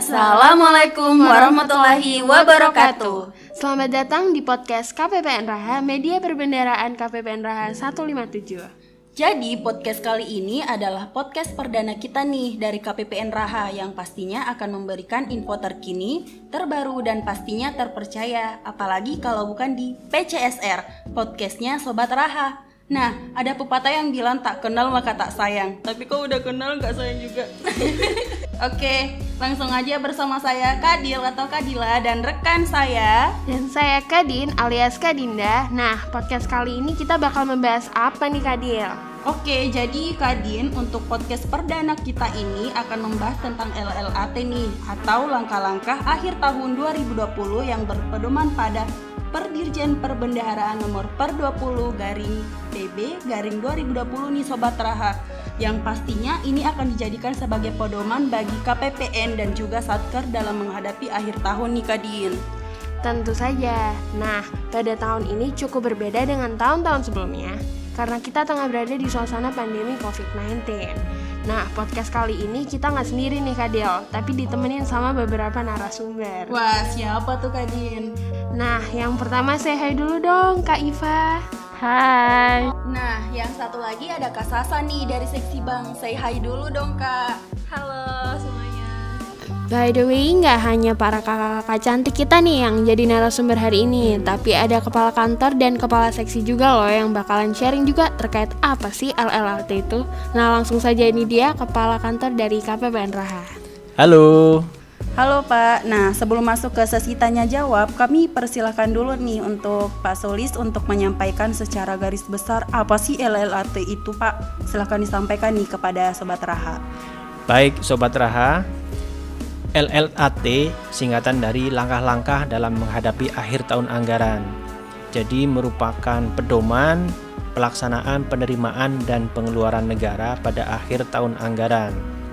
Assalamualaikum warahmatullahi wabarakatuh. Selamat datang di podcast KPPN Raha, media perbendaharaan KPPN Raha 157. Jadi podcast kali ini adalah podcast perdana kita nih dari KPPN Raha yang pastinya akan memberikan info terkini, terbaru dan pastinya terpercaya. Apalagi kalau bukan di PCSR, podcastnya Sobat Raha. Nah, ada pepatah yang bilang tak kenal maka tak sayang. Tapi kok udah kenal gak sayang juga? Oke, langsung aja bersama saya Kadil atau Kadila dan rekan saya. Dan saya Kadin alias Kadinda. Nah, podcast kali ini kita bakal membahas apa nih Kadil? Oke, jadi Kadin, untuk podcast perdana kita ini akan membahas tentang LLAT nih, atau langkah-langkah akhir tahun 2020 yang berpedoman pada Perdirjen Perbendaharaan nomor per20/PB/2020 nih Sobat Raha, yang pastinya ini akan dijadikan sebagai pedoman bagi KPPN dan juga Satker dalam menghadapi akhir tahun nih Kadin. Tentu saja. Nah, pada tahun ini cukup berbeda dengan tahun-tahun sebelumnya karena kita tengah berada di suasana pandemi COVID-19. Nah, podcast kali ini kita nggak sendiri nih Kadil, tapi ditemenin sama beberapa narasumber. Wah, siapa tuh Kadin? Nah, yang pertama say hi dulu dong Kak Iva. Hai. Nah, yang satu lagi ada Kak Sasa nih dari Seksi Bank. Say hi dulu dong Kak. Halo semuanya. By the way, nggak hanya para kakak-kakak cantik kita nih yang jadi narasumber hari ini, tapi ada kepala kantor dan kepala seksi juga loh yang bakalan sharing juga terkait apa sih LLAT itu. Nah, langsung saja ini dia kepala kantor dari KPPN Raha. Halo. Halo Pak, nah sebelum masuk ke sesi tanya jawab, kami persilahkan dulu nih untuk Pak Solis untuk menyampaikan secara garis besar apa sih LLAT itu Pak. Silahkan disampaikan nih kepada Sobat Raha. Baik Sobat Raha, LLAT singkatan dari langkah-langkah dalam menghadapi akhir tahun anggaran. Jadi merupakan pedoman pelaksanaan penerimaan dan pengeluaran negara pada akhir tahun anggaran.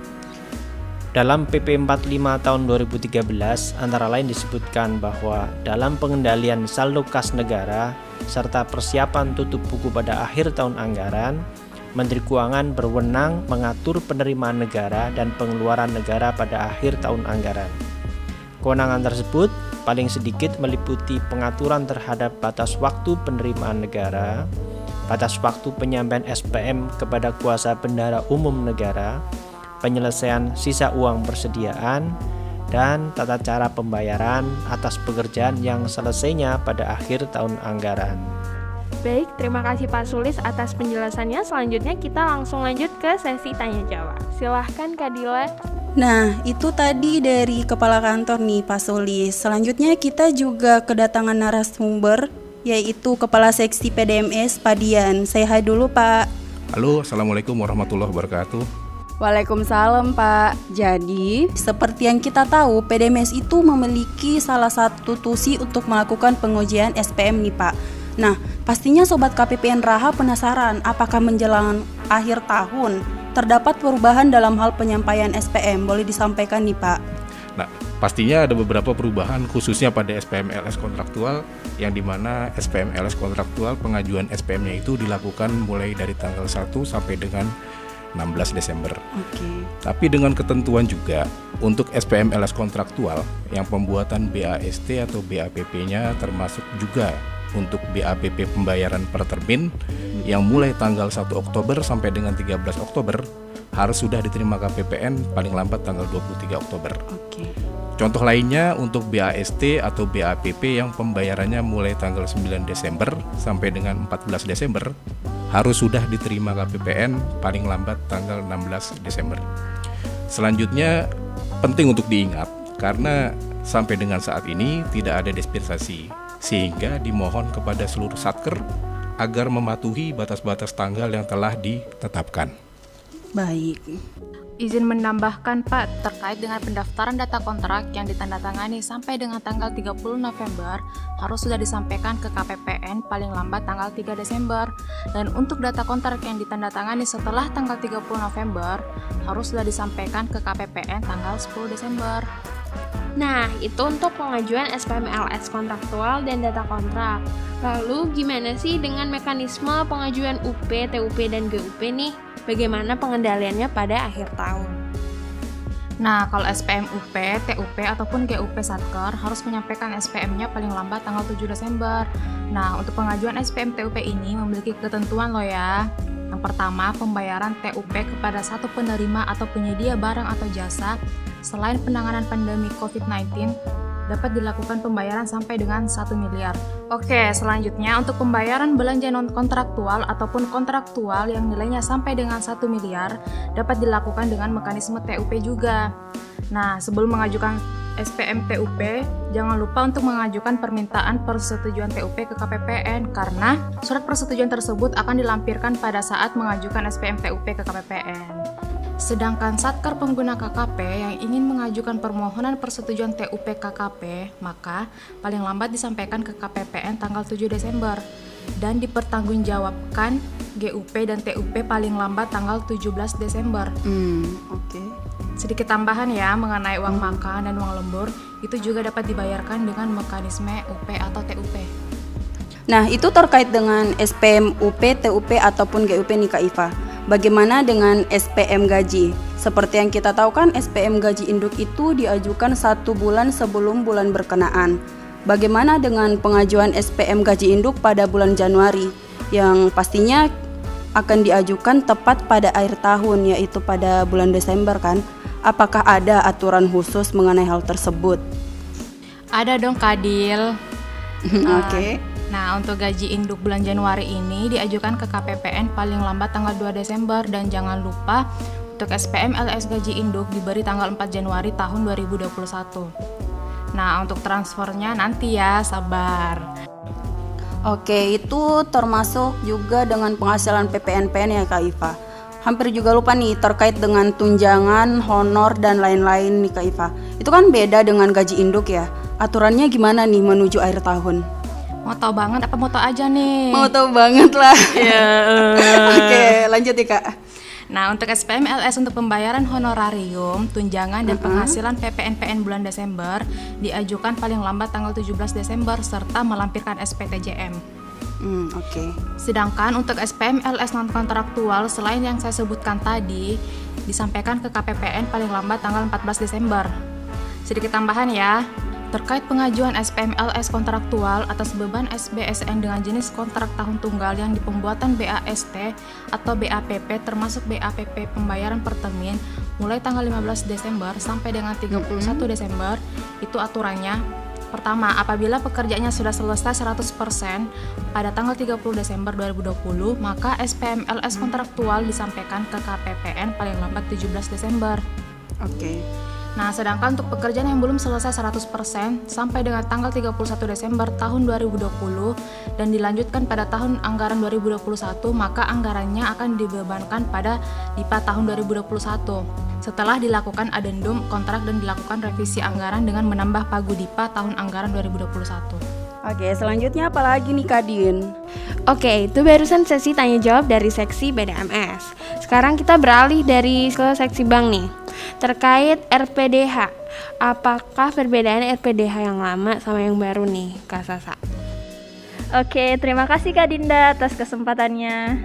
Dalam PP 45 tahun 2013 antara lain disebutkan bahwa dalam pengendalian saldo kas negara serta persiapan tutup buku pada akhir tahun anggaran, Menteri Keuangan berwenang mengatur penerimaan negara dan pengeluaran negara pada akhir tahun anggaran. Kewenangan tersebut paling sedikit meliputi pengaturan terhadap batas waktu penerimaan negara, batas waktu penyampaian SPM kepada kuasa bendahara umum negara, penyelesaian sisa uang persediaan, dan tata cara pembayaran atas pekerjaan yang selesainya pada akhir tahun anggaran. Baik, terima kasih Pak Sulis atas penjelasannya. Selanjutnya kita langsung lanjut ke sesi tanya jawab. Silahkan Kak Dila. Nah, itu tadi dari Kepala Kantor nih Pak Solis. Selanjutnya kita juga kedatangan narasumber, yaitu Kepala Seksi PDMS Pak Dian. Say hi dulu Pak. Halo, Assalamualaikum warahmatullahi wabarakatuh. Waalaikumsalam Pak. Jadi, seperti yang kita tahu, PDMS itu memiliki salah satu tusi untuk melakukan pengujian SPM nih Pak. Nah, pastinya Sobat KPPN Raha penasaran apakah menjelang akhir tahun terdapat perubahan dalam hal penyampaian SPM. Boleh disampaikan nih Pak? Nah, pastinya ada beberapa perubahan khususnya pada SPM LS kontraktual, yang dimana SPM LS kontraktual pengajuan SPM-nya itu dilakukan mulai dari tanggal 1 sampai dengan 16 Desember. Tapi dengan ketentuan juga untuk SPM LS kontraktual yang pembuatan BAST atau BAPP-nya termasuk juga untuk BAPP pembayaran per termin yang mulai tanggal 1 Oktober sampai dengan 13 Oktober harus sudah diterima KPPN paling lambat tanggal 23 Oktober. Contoh lainnya untuk BAST atau BAPP yang pembayarannya mulai tanggal 9 Desember sampai dengan 14 Desember harus sudah diterima KPPN paling lambat tanggal 16 Desember. Selanjutnya penting untuk diingat karena sampai dengan saat ini tidak ada dispensasi, sehingga dimohon kepada seluruh Satker agar mematuhi batas-batas tanggal yang telah ditetapkan. Baik. Izin menambahkan Pak, terkait dengan pendaftaran data kontrak yang ditandatangani sampai dengan tanggal 30 November harus sudah disampaikan ke KPPN paling lambat tanggal 3 Desember. Dan untuk data kontrak yang ditandatangani setelah tanggal 30 November harus sudah disampaikan ke KPPN tanggal 10 Desember. Nah, itu untuk pengajuan SPM LS kontraktual dan data kontrak. Lalu gimana sih dengan mekanisme pengajuan UP, TUP, dan GUP nih? Bagaimana pengendaliannya pada akhir tahun? Nah, kalau SPM UP, TUP, ataupun GUP Satker harus menyampaikan SPM-nya paling lambat tanggal 7 Desember. Nah, untuk pengajuan SPM TUP ini memiliki ketentuan loh ya. Yang pertama, pembayaran TUP kepada satu penerima atau penyedia barang atau jasa selain penanganan pandemi COVID-19 dapat dilakukan pembayaran sampai dengan 1 miliar. Oke, selanjutnya untuk pembayaran belanja non-kontraktual ataupun kontraktual yang nilainya sampai dengan 1 miliar dapat dilakukan dengan mekanisme TUP juga. Nah, sebelum mengajukan SPM TUP, jangan lupa untuk mengajukan permintaan persetujuan TUP ke KPPN karena surat persetujuan tersebut akan dilampirkan pada saat mengajukan SPM TUP ke KPPN. Sedangkan Satker pengguna KKP yang ingin mengajukan permohonan persetujuan TUP KKP, maka paling lambat disampaikan ke KPPN tanggal 7 Desember dan dipertanggungjawabkan GUP dan TUP paling lambat tanggal 17 Desember. Oke. Sedikit tambahan ya mengenai uang makan dan uang lembur, itu juga dapat dibayarkan dengan mekanisme UP atau TUP. Nah, itu terkait dengan SPM UP, TUP ataupun GUP nih Kak Iva. Bagaimana dengan SPM gaji? Seperti yang kita tahu kan SPM gaji induk itu diajukan 1 bulan sebelum bulan berkenaan. Bagaimana dengan pengajuan SPM gaji induk pada bulan Januari yang pastinya akan diajukan tepat pada akhir tahun, yaitu pada bulan Desember kan? Apakah ada aturan khusus mengenai hal tersebut? Ada dong Kadil. Oke. Nah, untuk gaji induk bulan Januari ini diajukan ke KPPN paling lambat tanggal 2 Desember dan jangan lupa untuk SPM LS gaji induk diberi tanggal 4 Januari tahun 2021. Nah, untuk transfernya nanti ya, sabar. Oke, itu termasuk juga dengan penghasilan PPNPN ya Kak Iva. Hampir juga lupa nih terkait dengan tunjangan, honor, dan lain-lain nih Kak Iva. Itu kan beda dengan gaji induk ya. Aturannya gimana nih menuju akhir tahun? Mau tau banget apa mau tau aja nih? Mau tahu banget lah. Oke, lanjut ya Kak. Nah, untuk SPM LS untuk pembayaran honorarium, tunjangan dan penghasilan PPNPN bulan Desember diajukan paling lambat tanggal 17 Desember serta melampirkan SPTJM. Oke. Sedangkan untuk SPM LS non kontraktual selain yang saya sebutkan tadi disampaikan ke KPPN paling lambat tanggal 14 Desember. Sedikit tambahan ya. Terkait pengajuan SPM LS kontraktual atas beban SBSN dengan jenis kontrak tahun tunggal yang di pembuatan BAST atau BAPP termasuk BAPP pembayaran per termin mulai tanggal 15 Desember sampai dengan 31 Desember, itu aturannya pertama, apabila pekerjaannya sudah selesai 100% pada tanggal 30 Desember 2020, maka SPM LS kontraktual disampaikan ke KPPN paling lambat 17 Desember. Oke. Nah, sedangkan untuk pekerjaan yang belum selesai 100% sampai dengan tanggal 31 Desember tahun 2020 dan dilanjutkan pada tahun anggaran 2021, maka anggarannya akan dibebankan pada DIPA tahun 2021 setelah dilakukan adendum kontrak dan dilakukan revisi anggaran dengan menambah pagu DIPA tahun anggaran 2021. Oke, selanjutnya apa lagi nih Kak Din? Oke, itu barusan sesi tanya jawab dari seksi BDMS. Sekarang kita beralih dari ke seksi bank nih. Terkait RPDH, apakah perbedaan RPDH yang lama sama yang baru nih, Kak Sasa? Oke, terima kasih Kak Dinda atas kesempatannya.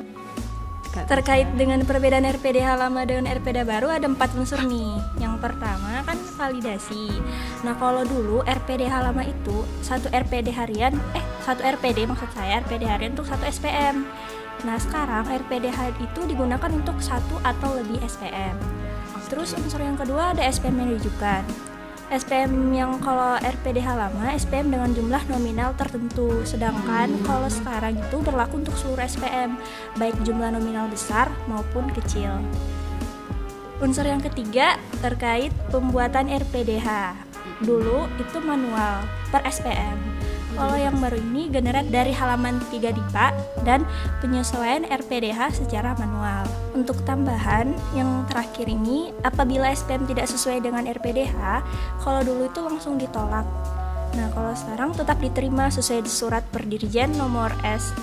Terkait dengan perbedaan RPDH lama dengan RPDH baru ada 4 unsur nih. Yang pertama kan validasi. Nah, kalau dulu RPDH lama itu satu RPD harian, satu RPD maksud saya, RPD harian untuk satu SPM. Nah, sekarang RPDH itu digunakan untuk satu atau lebih SPM. Terus unsur yang kedua ada SPM yang diajukan. SPM yang kalau RPDH lama, SPM dengan jumlah nominal tertentu. Sedangkan kalau sekarang itu berlaku untuk seluruh SPM, baik jumlah nominal besar maupun kecil. Unsur yang ketiga terkait pembuatan RPDH. Dulu itu manual per SPM. Kalau yang baru ini generate dari halaman 3 DIPA dan penyesuaian RPDH secara manual. Untuk tambahan yang terakhir ini, apabila SPM tidak sesuai dengan RPDH, kalau dulu itu langsung ditolak. Nah, kalau sekarang tetap diterima sesuai surat Perdirjen nomor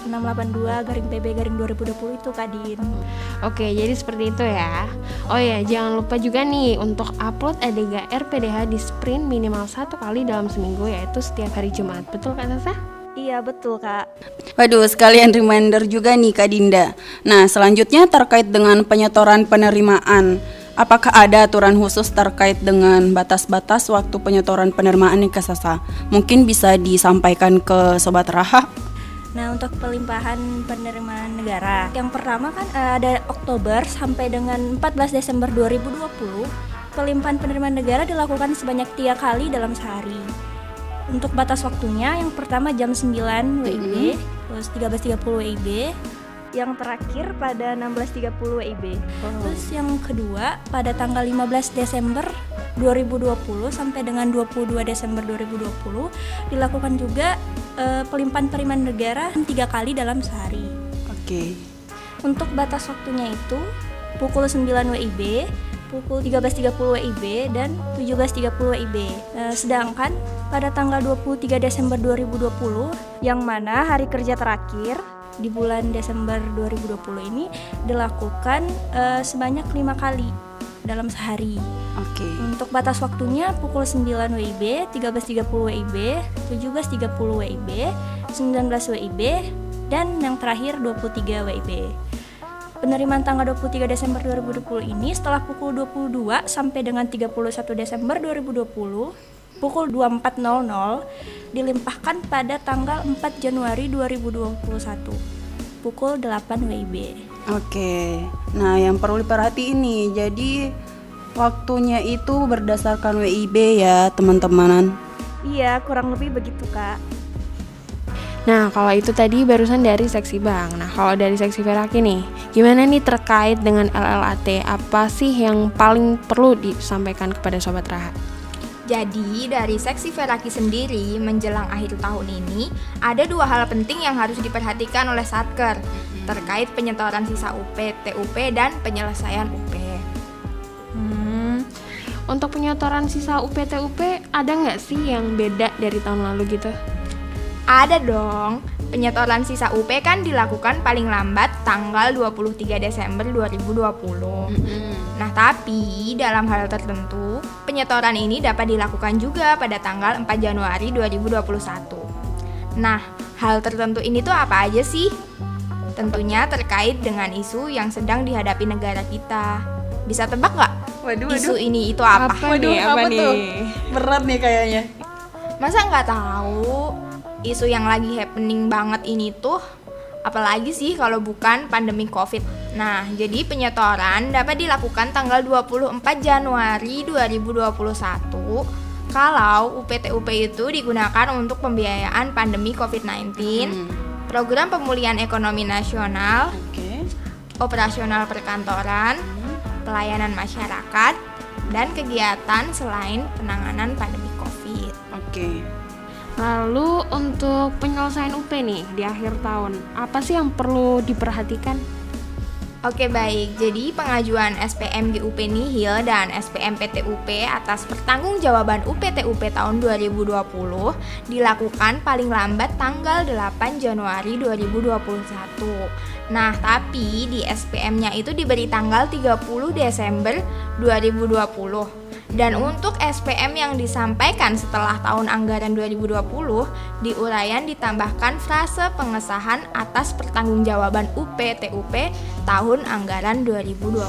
S682/PB/2020 itu Kak Din. Oke, jadi seperti itu ya. Oh ya, jangan lupa juga nih untuk upload ADG RPDH di sprint minimal 1 kali dalam seminggu, yaitu setiap hari Jumat. Betul Kak Sasa? Iya, betul Kak. Waduh, sekalian reminder juga nih Kak Dinda. Nah, selanjutnya terkait dengan penyetoran penerimaan. Apakah ada aturan khusus terkait dengan batas-batas waktu penyetoran penerimaan ijazah? Mungkin bisa disampaikan ke Sobat Raha. Nah, untuk pelimpahan penerimaan negara, yang pertama kan ada Oktober sampai dengan 14 Desember 2020, pelimpahan penerimaan negara dilakukan sebanyak 3 kali dalam sehari. Untuk batas waktunya, yang pertama jam 9 WIB, terus 13.30 WIB, yang terakhir pada 16.30 WIB. Terus yang kedua pada tanggal 15 Desember 2020 sampai dengan 22 Desember 2020 dilakukan juga pelimpahan penerimaan negara 3 kali dalam sehari. Oke. Untuk batas waktunya itu pukul 9 WIB, pukul 13.30 WIB dan 17.30 WIB. Sedangkan pada tanggal 23 Desember 2020 yang mana hari kerja terakhir di bulan Desember 2020 ini dilakukan sebanyak 5 kali dalam sehari. Oke. Untuk batas waktunya pukul 9 WIB, 13.30 WIB, 17.30 WIB, 19 WIB, dan yang terakhir 23 WIB. Penerimaan tanggal 23 Desember 2020 ini setelah pukul 22 sampai dengan 31 Desember 2020 pukul 24.00 dilimpahkan pada tanggal 4 Januari 2021 pukul 8 WIB. Oke. Nah, yang perlu diperhatiin nih, jadi waktunya itu berdasarkan WIB ya, teman-teman. Iya, kurang lebih begitu, Kak. Nah, kalau itu tadi barusan dari seksi Bank. Nah, kalau dari seksi Feraki nih, gimana nih terkait dengan LLAT? Apa sih yang paling perlu disampaikan kepada Sobat Raha? Jadi dari seksi Feraki sendiri menjelang akhir tahun ini ada 2 hal penting yang harus diperhatikan oleh Satker terkait penyetoran sisa UP, TUP, dan penyelesaian UP. Untuk penyetoran sisa UP, TUP ada nggak sih yang beda dari tahun lalu gitu? Ada dong. Penyetoran sisa UP kan dilakukan paling lambat tanggal 23 Desember 2020. Nah, tapi dalam hal tertentu, penyetoran ini dapat dilakukan juga pada tanggal 4 Januari 2021. Nah, hal tertentu ini tuh apa aja sih? Tentunya terkait dengan isu yang sedang dihadapi negara kita. Bisa tebak nggak? Waduh. Isu ini itu apa? Apa nih? Tuh? Berat nih kayaknya. Masa nggak tahu? Isu yang lagi happening banget ini tuh apalagi sih kalau bukan pandemi COVID. Nah, jadi penyetoran dapat dilakukan tanggal 24 Januari 2021 kalau UPTUP itu digunakan untuk pembiayaan pandemi COVID-19, program pemulihan ekonomi nasional, operasional perkantoran, pelayanan masyarakat, dan kegiatan selain penanganan pandemi COVID. Oke. Lalu untuk penyelesaian UP nih di akhir tahun, apa sih yang perlu diperhatikan? Oke, baik, jadi pengajuan SPM GUP Nihil dan SPM PTUP atas pertanggungjawaban UPTUP tahun 2020 dilakukan paling lambat tanggal 8 Januari 2021. Nah, tapi di SPM-nya itu diberi tanggal 30 Desember 2020. Dan untuk SPM yang disampaikan setelah tahun anggaran 2020, di uraian ditambahkan frase pengesahan atas pertanggungjawaban UPTUP tahun anggaran 2020.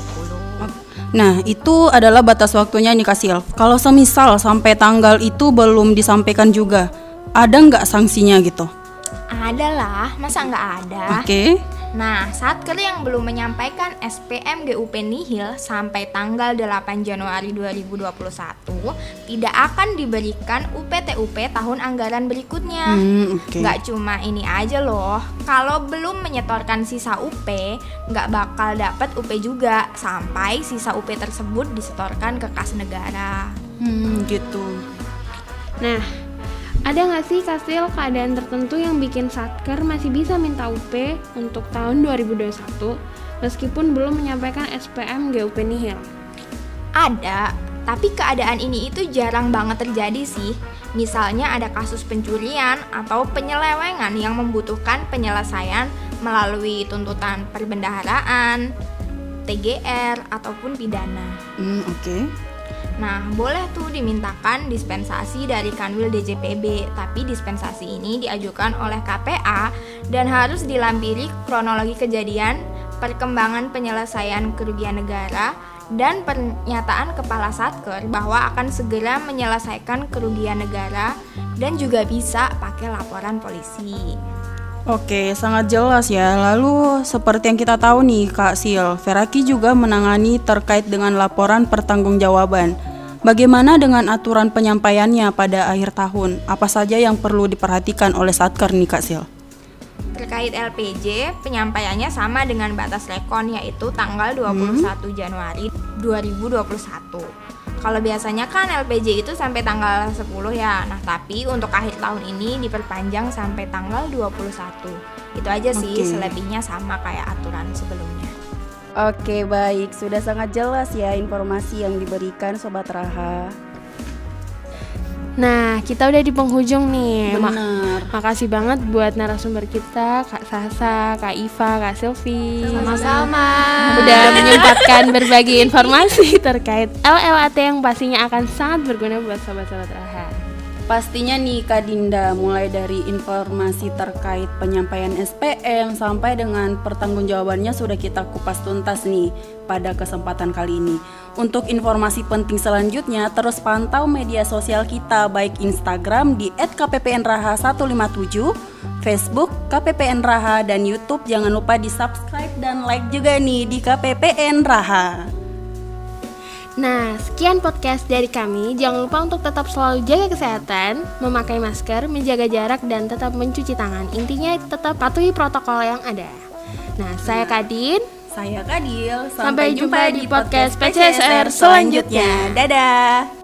Nah, itu adalah batas waktunya nih Kak Sil. Kalau semisal sampai tanggal itu belum disampaikan juga, ada nggak sanksinya gitu? Ada lah, masa nggak ada? Oke. Nah, Satker yang belum menyampaikan SPM GUP Nihil sampai tanggal 8 Januari 2021 tidak akan diberikan UPTUP tahun anggaran berikutnya. Nggak cuma ini aja loh, kalau belum menyetorkan sisa UP, nggak bakal dapat UP juga sampai sisa UP tersebut disetorkan ke kas negara. Gitu. Nah, ada nggak sih Kasil keadaan tertentu yang bikin Satker masih bisa minta UP untuk tahun 2021 meskipun belum menyampaikan SPM GUP Nihil? Ada, tapi keadaan ini itu jarang banget terjadi sih. Misalnya ada kasus pencurian atau penyelewengan yang membutuhkan penyelesaian melalui tuntutan perbendaharaan, TGR, ataupun pidana. Oke. Nah, boleh tuh dimintakan dispensasi dari Kanwil DJPB, tapi dispensasi ini diajukan oleh KPA dan harus dilampiri kronologi kejadian, perkembangan penyelesaian kerugian negara, dan pernyataan Kepala Satker bahwa akan segera menyelesaikan kerugian negara dan juga bisa pakai laporan polisi. Oke, sangat jelas ya. Lalu seperti yang kita tahu nih Kak Sil, Veraki juga menangani terkait dengan laporan pertanggungjawaban. Bagaimana dengan aturan penyampaiannya pada akhir tahun? Apa saja yang perlu diperhatikan oleh Satker nih Kak Sil? Terkait LPJ, penyampaiannya sama dengan batas rekon yaitu tanggal 21 Januari 2021. Kalau biasanya kan LPJ itu sampai tanggal 10 ya. Nah, tapi untuk akhir tahun ini diperpanjang sampai tanggal 21. Itu aja sih, selebihnya sama kayak aturan sebelumnya. Oke, baik. Sudah sangat jelas ya informasi yang diberikan Sobat Raha. Nah, kita udah di penghujung nih. Benar. Makasih banget buat narasumber kita, Kak Sasa, Kak Iva, Kak Silvi. Sama-sama. Udah menyempatkan berbagi informasi terkait LLAT yang pastinya akan sangat berguna buat sobat-sobat Raha. Pastinya nih Kak Dinda, mulai dari informasi terkait penyampaian SPM sampai dengan pertanggungjawabannya sudah kita kupas tuntas nih pada kesempatan kali ini. Untuk informasi penting selanjutnya, terus pantau media sosial kita baik Instagram di @kppnraha157, Facebook KPPN Raha, dan YouTube jangan lupa di subscribe dan like juga nih di KPPN Raha. Nah, sekian podcast dari kami. Jangan lupa untuk tetap selalu jaga kesehatan, memakai masker, menjaga jarak, dan tetap mencuci tangan. Intinya tetap patuhi protokol yang ada. Nah, saya Kadin. Saya Kadil. Sampai jumpa di podcast PCSR selanjutnya. Dadah.